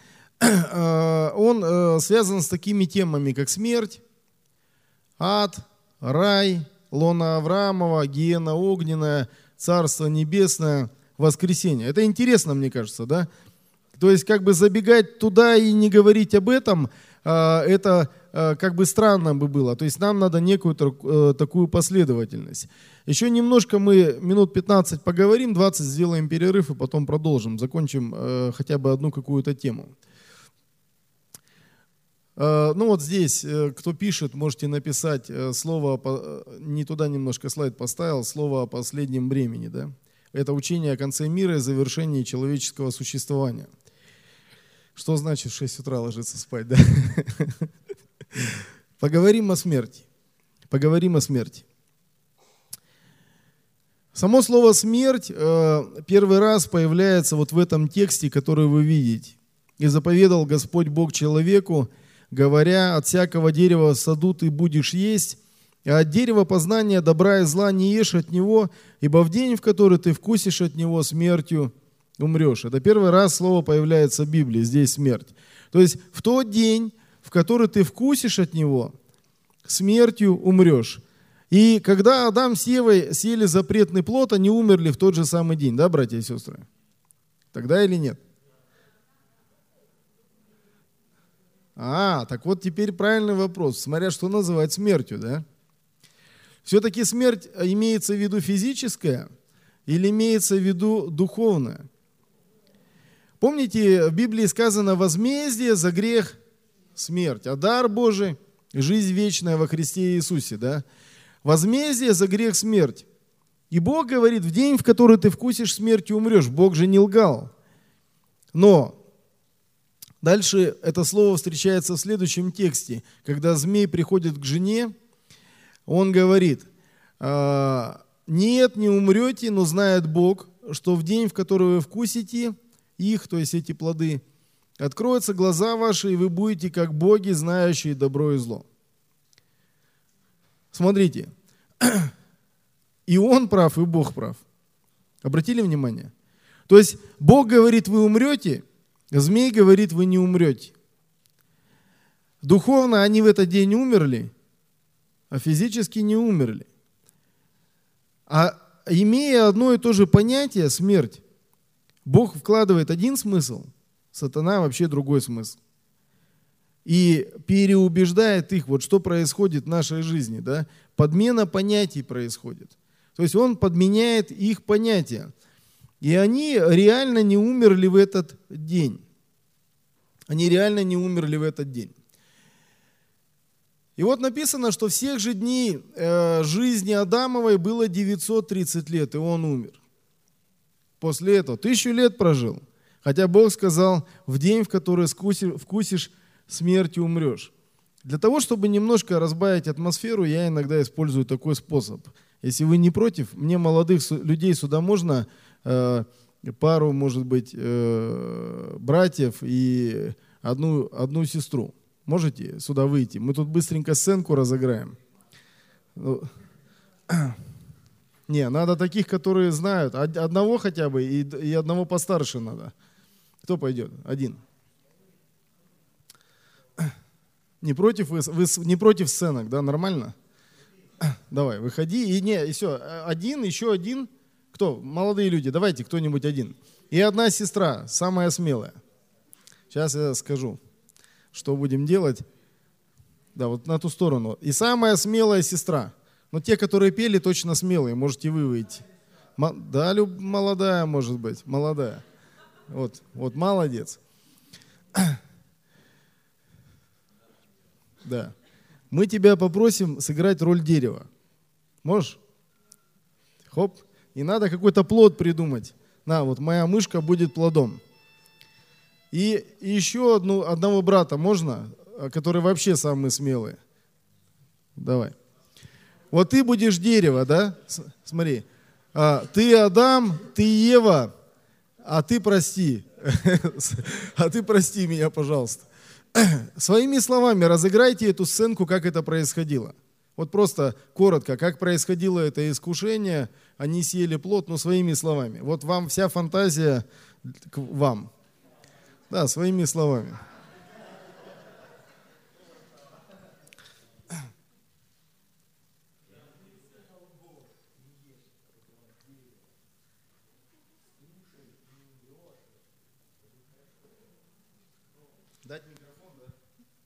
он связан с такими темами, как смерть, ад, рай, лона Авраамова, гиена огненная, царство небесное, воскресение. Это интересно, мне кажется, да? То есть как бы забегать туда и не говорить об этом, это как бы странно бы было. То есть нам надо некую такую последовательность. Еще немножко мы минут 15 поговорим, 20 сделаем перерыв и потом продолжим. Закончим хотя бы одну какую-то тему. Ну вот здесь, кто пишет, можете написать слово, не туда немножко слайд поставил, слово о последнем времени. Да? Это учение о конце мира и завершении человеческого существования. Что значит в 6 утра ложиться спать? Да? Поговорим о смерти. Поговорим о смерти. Само слово «смерть» первый раз появляется вот в этом тексте, который вы видите. «И заповедал Господь Бог человеку, говоря, от всякого дерева в саду ты будешь есть, а от дерева познания добра и зла не ешь от него, ибо в день, в который ты вкусишь от него, смертью умрешь». Это первый раз слово появляется в Библии, здесь смерть. То есть в тот день, в который ты вкусишь от него, смертью умрешь. И когда Адам с Евой съели запретный плод, они умерли в тот же самый день, да, братья и сестры? Тогда или нет? Так вот теперь правильный вопрос, смотря что называть смертью, да? Все-таки смерть имеется в виду физическая или имеется в виду духовная? Помните, в Библии сказано возмездие за грех – смерть, а дар Божий – жизнь вечная во Христе Иисусе, да? Возмездие за грех – смерть. И Бог говорит, в день, в который ты вкусишь, смертью умрешь. Бог же не лгал. Но дальше это слово встречается в следующем тексте. Когда змей приходит к жене, он говорит, нет, не умрете, но знает Бог, что в день, в который вы вкусите их, то есть эти плоды, откроются глаза ваши, и вы будете как боги, знающие добро и зло. Смотрите, и он прав, и Бог прав. Обратили внимание? То есть Бог говорит, вы умрете, змей говорит, вы не умрете. Духовно они в этот день умерли, а физически не умерли. А имея одно и то же понятие, смерть, Бог вкладывает один смысл, сатана вообще другой смысл. И переубеждает их, вот что происходит в нашей жизни. Да? Подмена понятий происходит. То есть он подменяет их понятия. И они реально не умерли в этот день. Они реально не умерли в этот день. И вот написано, что всех же дней жизни Адамовой было 930 лет, и он умер. После этого 1000 лет прожил. Хотя Бог сказал, в день, в который вкусишь, смертью умрешь. Для того, чтобы немножко разбавить атмосферу, я иногда использую такой способ. Если вы не против, мне молодых людей сюда можно, пару, может быть, братьев и одну сестру. Можете сюда выйти? Мы тут быстренько сценку разыграем. Не, надо таких, которые знают. Одного хотя бы и одного постарше надо. Кто пойдет? Один. Не против, вы не против сценок, да, нормально? Давай, выходи. И все, один, еще один. Кто? Молодые люди, давайте кто-нибудь один. И одна сестра, самая смелая. Сейчас я скажу, что будем делать. Да, вот на ту сторону. И самая смелая сестра. Но те, которые пели, точно смелые, можете вы выйти. Да, молодая, может быть, молодая. Вот молодец. Да. Мы тебя попросим сыграть роль дерева. Можешь? Хоп. И надо какой-то плод придумать. На, вот моя мышка будет плодом. И еще одного брата можно, который вообще самый смелый. Давай. Вот ты будешь дерево, да? Смотри. Ты Адам, ты Ева, а ты прости. А ты прости меня, пожалуйста. Своими словами разыграйте эту сценку, как это происходило. Вот просто коротко, как происходило это искушение, они съели плод, но своими словами. Вот вам вся фантазия к вам. Да, своими словами. Дать микрофон, да?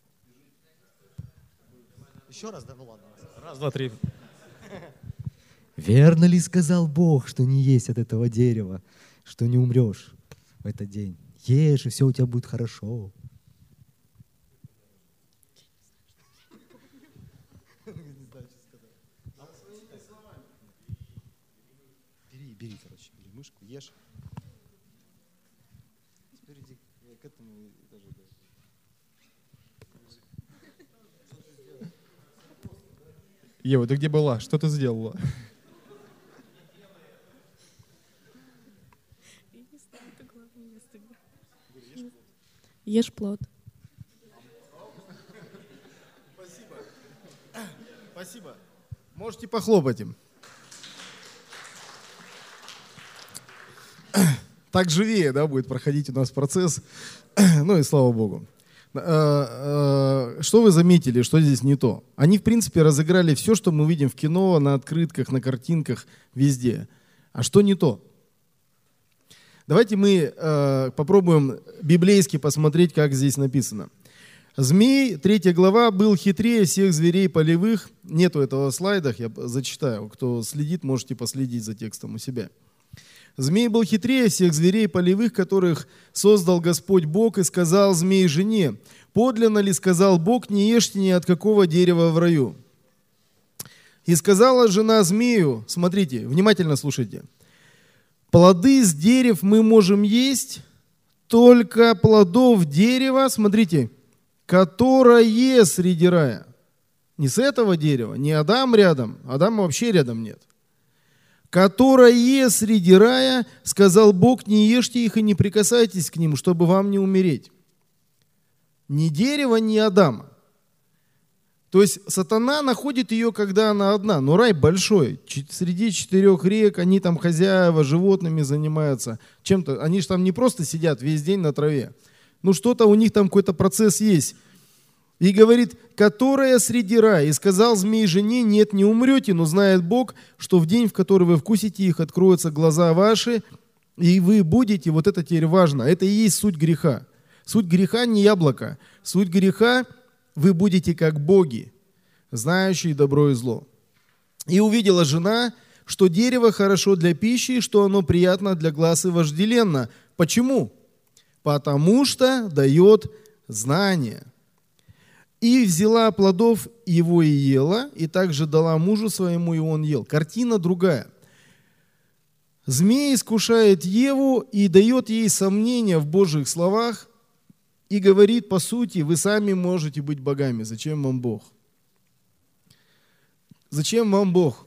Еще раз, да? Ну ладно. Раз, два, три. Верно ли сказал Бог, что не есть от этого дерева, что не умрешь в этот день? Ешь, и все у тебя будет хорошо. Бери, короче, бери мышку, ешь. Теперь иди к этому даже. Ева, ты где была? Что ты сделала? Я не знаю, это главное место. Ешь плод. Спасибо. Можете похлопать им. Так живее, да, будет проходить у нас процесс. Ну и слава Богу. Что вы заметили, что здесь не то? Они, в принципе, разыграли все, что мы видим в кино, на открытках, на картинках, везде. А что не то? Давайте мы попробуем библейски посмотреть, как здесь написано. Змей, 3 глава, был хитрее всех зверей полевых. Нету этого в слайдах, я зачитаю. Кто следит, можете последить за текстом у себя. Змей был хитрее всех зверей полевых, которых создал Господь Бог, и сказал змей жене: подлинно ли сказал Бог, не ешьте ни от какого дерева в раю? И сказала жена змею, смотрите, внимательно слушайте: плоды с дерев мы можем есть, только плодов дерева, смотрите, которое среди рая. Не с этого дерева, не Адам рядом, Адама вообще рядом нет. Которое среди рая, сказал Бог, не ешьте их и не прикасайтесь к ним, чтобы вам не умереть. Ни дерева, ни Адама. То есть сатана находит ее, когда она одна. Но рай большой. Среди 4 рек, они там хозяева, животными занимаются. Чем-то. Они же там не просто сидят весь день на траве. Ну что-то у них там какой-то процесс есть. И говорит, которая среди рая. И сказал змей жене: нет, не умрете, но знает Бог, что в день, в который вы вкусите их, откроются глаза ваши, и вы будете, вот это теперь важно, это и есть суть греха. Суть греха не яблоко. Суть греха — вы будете как боги, знающие добро и зло. И увидела жена, что дерево хорошо для пищи, что оно приятно для глаз и вожделенно. Почему? Потому что дает знание. И взяла плодов его и ела, и также дала мужу своему, и он ел. Картина другая. Змей искушает Еву и дает ей сомнения в Божьих словах и говорит, по сути, вы сами можете быть богами. Зачем вам Бог? Зачем вам Бог?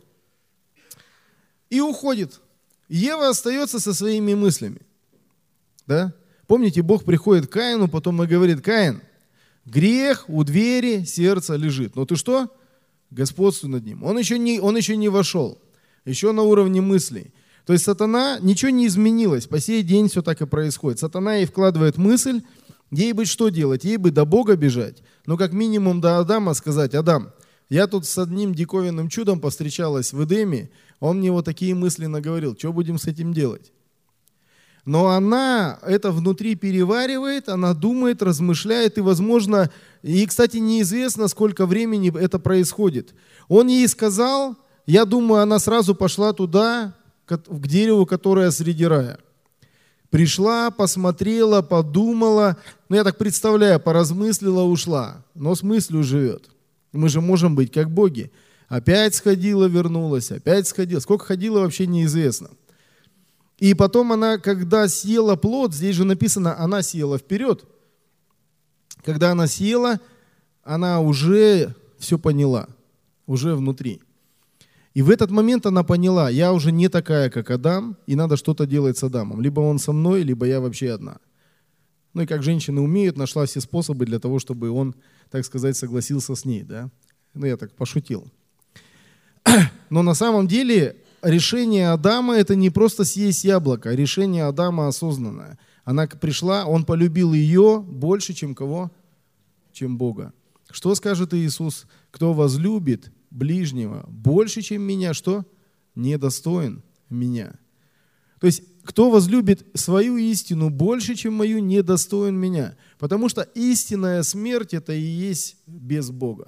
И уходит. Ева остается со своими мыслями. Да? Помните, Бог приходит к Каину, потом и говорит: Каин, грех у двери сердца лежит. Но ты что? Господствуй над ним. Он еще не вошел. Еще на уровне мыслей. То есть сатана, ничего не изменилось. По сей день все так и происходит. Сатана ей вкладывает мысль, Ей бы что делать? Ей бы до Бога бежать. Но как минимум до Адама сказать: Адам, я тут с одним диковинным чудом повстречалась в Эдеме, он мне вот такие мысли наговорил, что будем с этим делать? Но она это внутри переваривает, она думает, размышляет, и, возможно, и, кстати, неизвестно, сколько времени это происходит. Он ей сказал, я думаю, она сразу пошла туда, к дереву, которое среди рая. Пришла, посмотрела, подумала, я так представляю, поразмыслила, ушла, но с мыслью живет. Мы же можем быть как боги. Опять сходила, вернулась, опять сходила. Сколько ходила, вообще неизвестно. И потом она, когда съела плод, здесь же написано, она съела вперед. Когда она съела, она уже все поняла, уже внутри. И в этот момент она поняла, я уже не такая, как Адам, и надо что-то делать с Адамом. Либо он со мной, либо я вообще одна. Ну и как женщины умеют, нашла все способы для того, чтобы он, так сказать, согласился с ней. Да? Я так пошутил. Но на самом деле решение Адама — это не просто съесть яблоко, а решение Адама осознанное. Она пришла, он полюбил ее больше, чем кого? Чем Бога. Что скажет Иисус? Кто возлюбит ближнего больше, чем меня, что? Недостоин меня. То есть, кто возлюбит свою истину больше, чем мою, недостоин меня. Потому что истинная смерть — это и есть без Бога.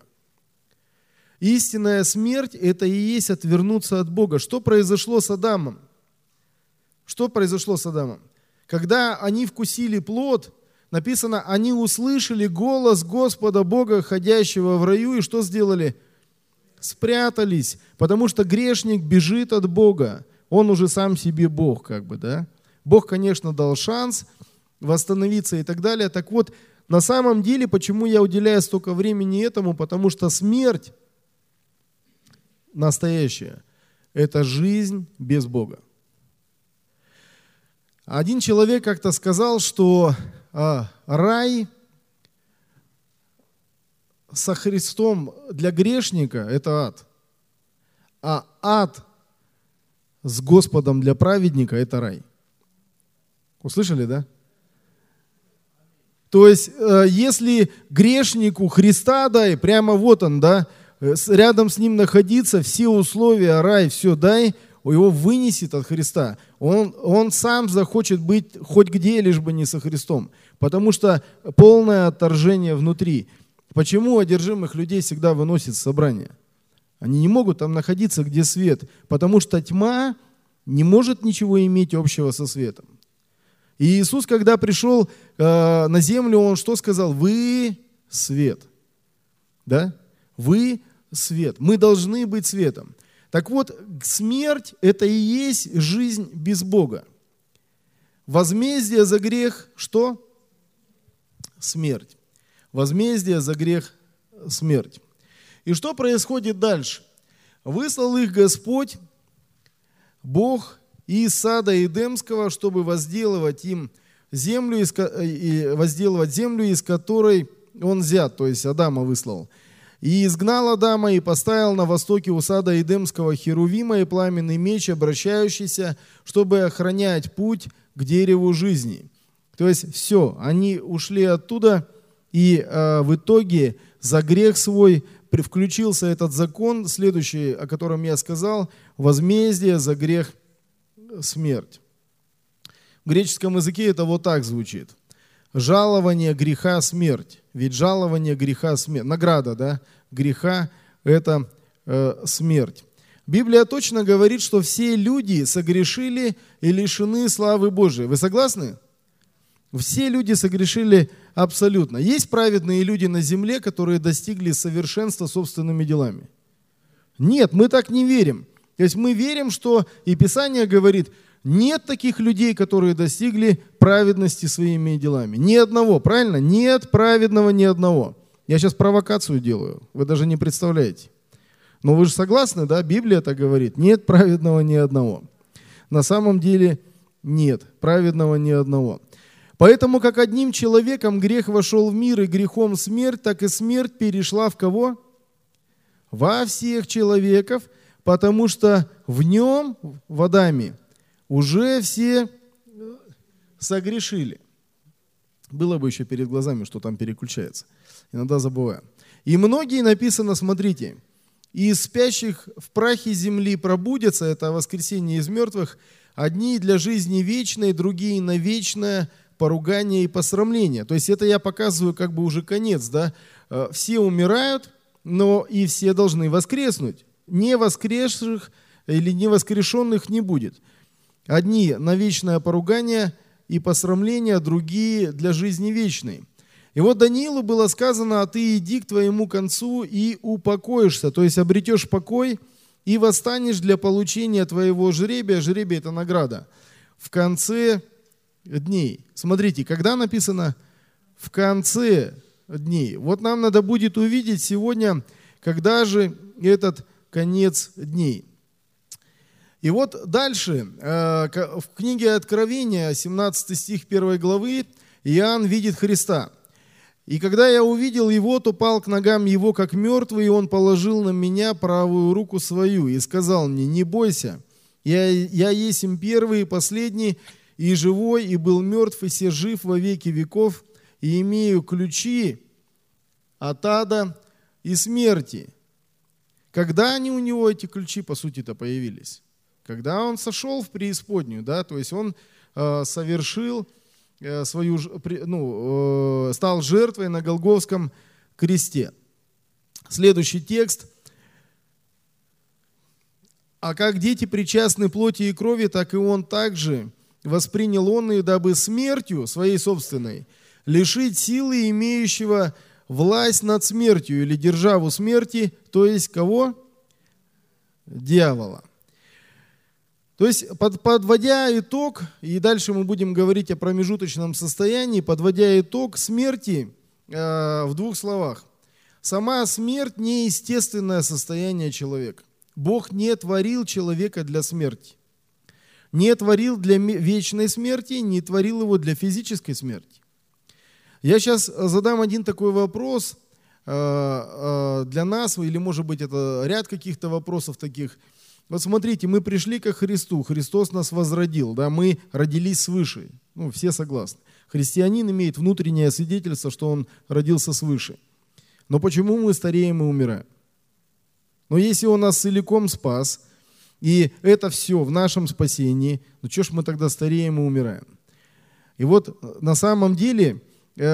Истинная смерть — это и есть отвернуться от Бога. Что произошло с Адамом? Что произошло с Адамом? Когда они вкусили плод, написано, они услышали голос Господа Бога, ходящего в раю, и что сделали? Спрятались, потому что грешник бежит от Бога. Он уже сам себе Бог, да? Бог, конечно, дал шанс восстановиться и так далее. Так вот, на самом деле, почему я уделяю столько времени этому? Потому что смерть настоящая – это жизнь без Бога. Один человек как-то сказал, что рай со Христом для грешника – это ад, а ад с Господом для праведника – это рай. Услышали, да? То есть, если грешнику Христа дай, прямо вот он, да, рядом с ним находиться, все условия, рай, все дай, его вынесет от Христа. Он сам захочет быть хоть где, лишь бы не со Христом. Потому что полное отторжение внутри. Почему одержимых людей всегда выносят с собрания? Они не могут там находиться, где свет. Потому что тьма не может ничего иметь общего со светом. И Иисус, когда пришел на землю, Он что сказал? Вы свет. Да? Вы свет. Мы должны быть светом. Так вот, смерть – это и есть жизнь без Бога. Возмездие за грех – что? Смерть. Возмездие за грех – смерть. И что происходит дальше? Выслал их Господь, Бог, из сада Эдемского, чтобы возделывать им землю, возделывать землю, из которой он взят, то есть Адама выслал. И изгнал Адама и поставил на востоке у сада Эдемского херувима и пламенный меч, обращающийся, чтобы охранять путь к дереву жизни. То есть все, они ушли оттуда, и в итоге за грех свой включился этот закон, следующий, о котором я сказал, возмездие за грех смерть. В греческом языке это вот так звучит. Жалование греха смерть. Ведь жалование греха смерть. Награда, да? Греха это смерть. Библия точно говорит, что все люди согрешили и лишены славы Божией. Вы согласны? Все люди согрешили абсолютно. Есть праведные люди на земле, которые достигли совершенства собственными делами? Нет, мы так не верим. То есть мы верим, что и Писание говорит, нет таких людей, которые достигли праведности своими делами. Ни одного, правильно? Нет праведного ни одного. Я сейчас провокацию делаю, вы даже не представляете. Но вы же согласны, да? Библия так говорит, нет праведного ни одного. На самом деле нет праведного ни одного. Поэтому как одним человеком грех вошел в мир и грехом смерть, так и смерть перешла в кого? Во всех человеков, потому что в нем, в Адаме, уже все согрешили. Было бы еще перед глазами, что там переключается. Иногда забываю. И многие, написано, смотрите, из спящих в прахе земли пробудятся, это воскресение из мертвых, одни для жизни вечной, другие на вечное поругание и посрамление. То есть это я показываю как бы уже конец, да? Все умирают, но и все должны воскреснуть. Не воскресших или не воскрешенных не будет. Одни на вечное поругание и посрамление, другие для жизни вечной. И вот Даниилу было сказано: а ты иди к твоему концу и упокоишься, то есть обретешь покой и восстанешь для получения твоего жребия. Жребие – это награда. В конце дней. Смотрите, когда написано «в конце дней». Вот нам надо будет увидеть сегодня, когда же этот конец дней. И вот дальше, в книге Откровения, 17 стих 1 главы, Иоанн видит Христа. «И когда я увидел его, то пал к ногам его, как мертвый, и он положил на меня правую руку свою и сказал мне: не бойся, я есмь первый и последний, и живой, и был мертв, и се жив во веки веков, и имею ключи от ада и смерти». Когда они у него, эти ключи, по сути-то, появились? Когда он сошел в преисподнюю, да, то есть он совершил свою, стал жертвой на Голгофском кресте. Следующий текст. «А как дети причастны плоти и крови, так и он также воспринял он и дабы смертью своей собственной лишить силы имеющего власть над смертью или державу смерти, то есть кого? Дьявола». То есть, подводя итог, и дальше мы будем говорить о промежуточном состоянии, подводя итог смерти в двух словах. Сама смерть – неестественное состояние человека. Бог не творил человека для смерти. Не творил для вечной смерти, не творил его для физической смерти. Я сейчас задам один такой вопрос для нас, или может быть это ряд каких-то вопросов таких. Вот смотрите, мы пришли ко Христу, Христос нас возродил, да, мы родились свыше, все согласны. Христианин имеет внутреннее свидетельство, что он родился свыше. Но почему мы стареем и умираем? Но если Он нас целиком спас, и это все в нашем спасении, ну что ж мы тогда стареем и умираем? И вот на самом деле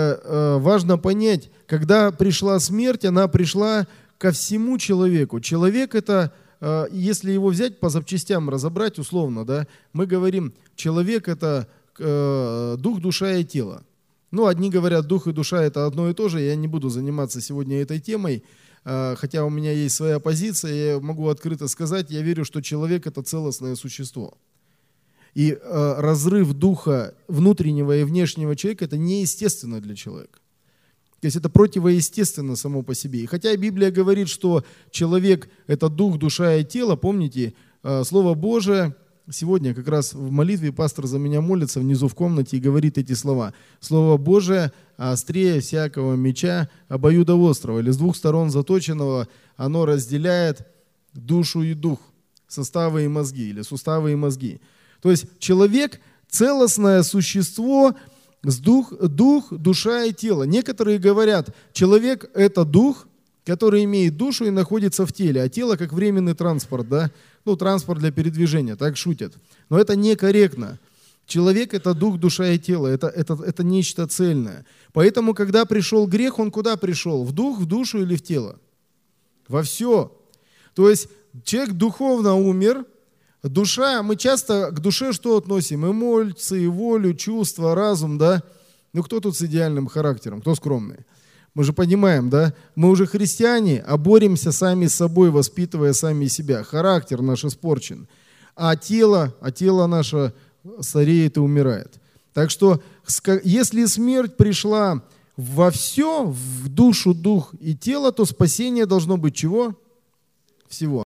важно понять, когда пришла смерть, она пришла ко всему человеку. Человек это... Если его взять по запчастям, разобрать условно, да, мы говорим, человек это дух, душа и тело. Одни говорят, дух и душа это одно и то же, я не буду заниматься сегодня этой темой, хотя у меня есть своя позиция, я могу открыто сказать, я верю, что человек это целостное существо. И разрыв духа внутреннего и внешнего человека это неестественно для человека. То есть это противоестественно само по себе. И хотя Библия говорит, что человек – это дух, душа и тело, помните, Слово Божие, сегодня как раз в молитве пастор за меня молится внизу в комнате и говорит эти слова. Слово Божие острее всякого меча обоюдоострого, или с двух сторон заточенного, оно разделяет душу и дух, составы и мозги, или суставы и мозги. То есть человек – целостное существо, дух, душа и тело. Некоторые говорят, человек – это дух, который имеет душу и находится в теле, а тело как временный транспорт, да? Транспорт для передвижения, так шутят. Но это некорректно. Человек – это дух, душа и тело, это нечто цельное. Поэтому, когда пришел грех, он куда пришел? В дух, в душу или в тело? Во все. То есть человек духовно умер. Душа, мы часто к душе что относим? Эмоции, волю, чувства, разум, да? Кто тут с идеальным характером, кто скромный? Мы же понимаем, да? Мы уже христиане, а боремся сами с собой, воспитывая сами себя. Характер наш испорчен. А тело наше стареет и умирает. Так что, если смерть пришла во все, в душу, дух и тело, то спасение должно быть чего? Всего.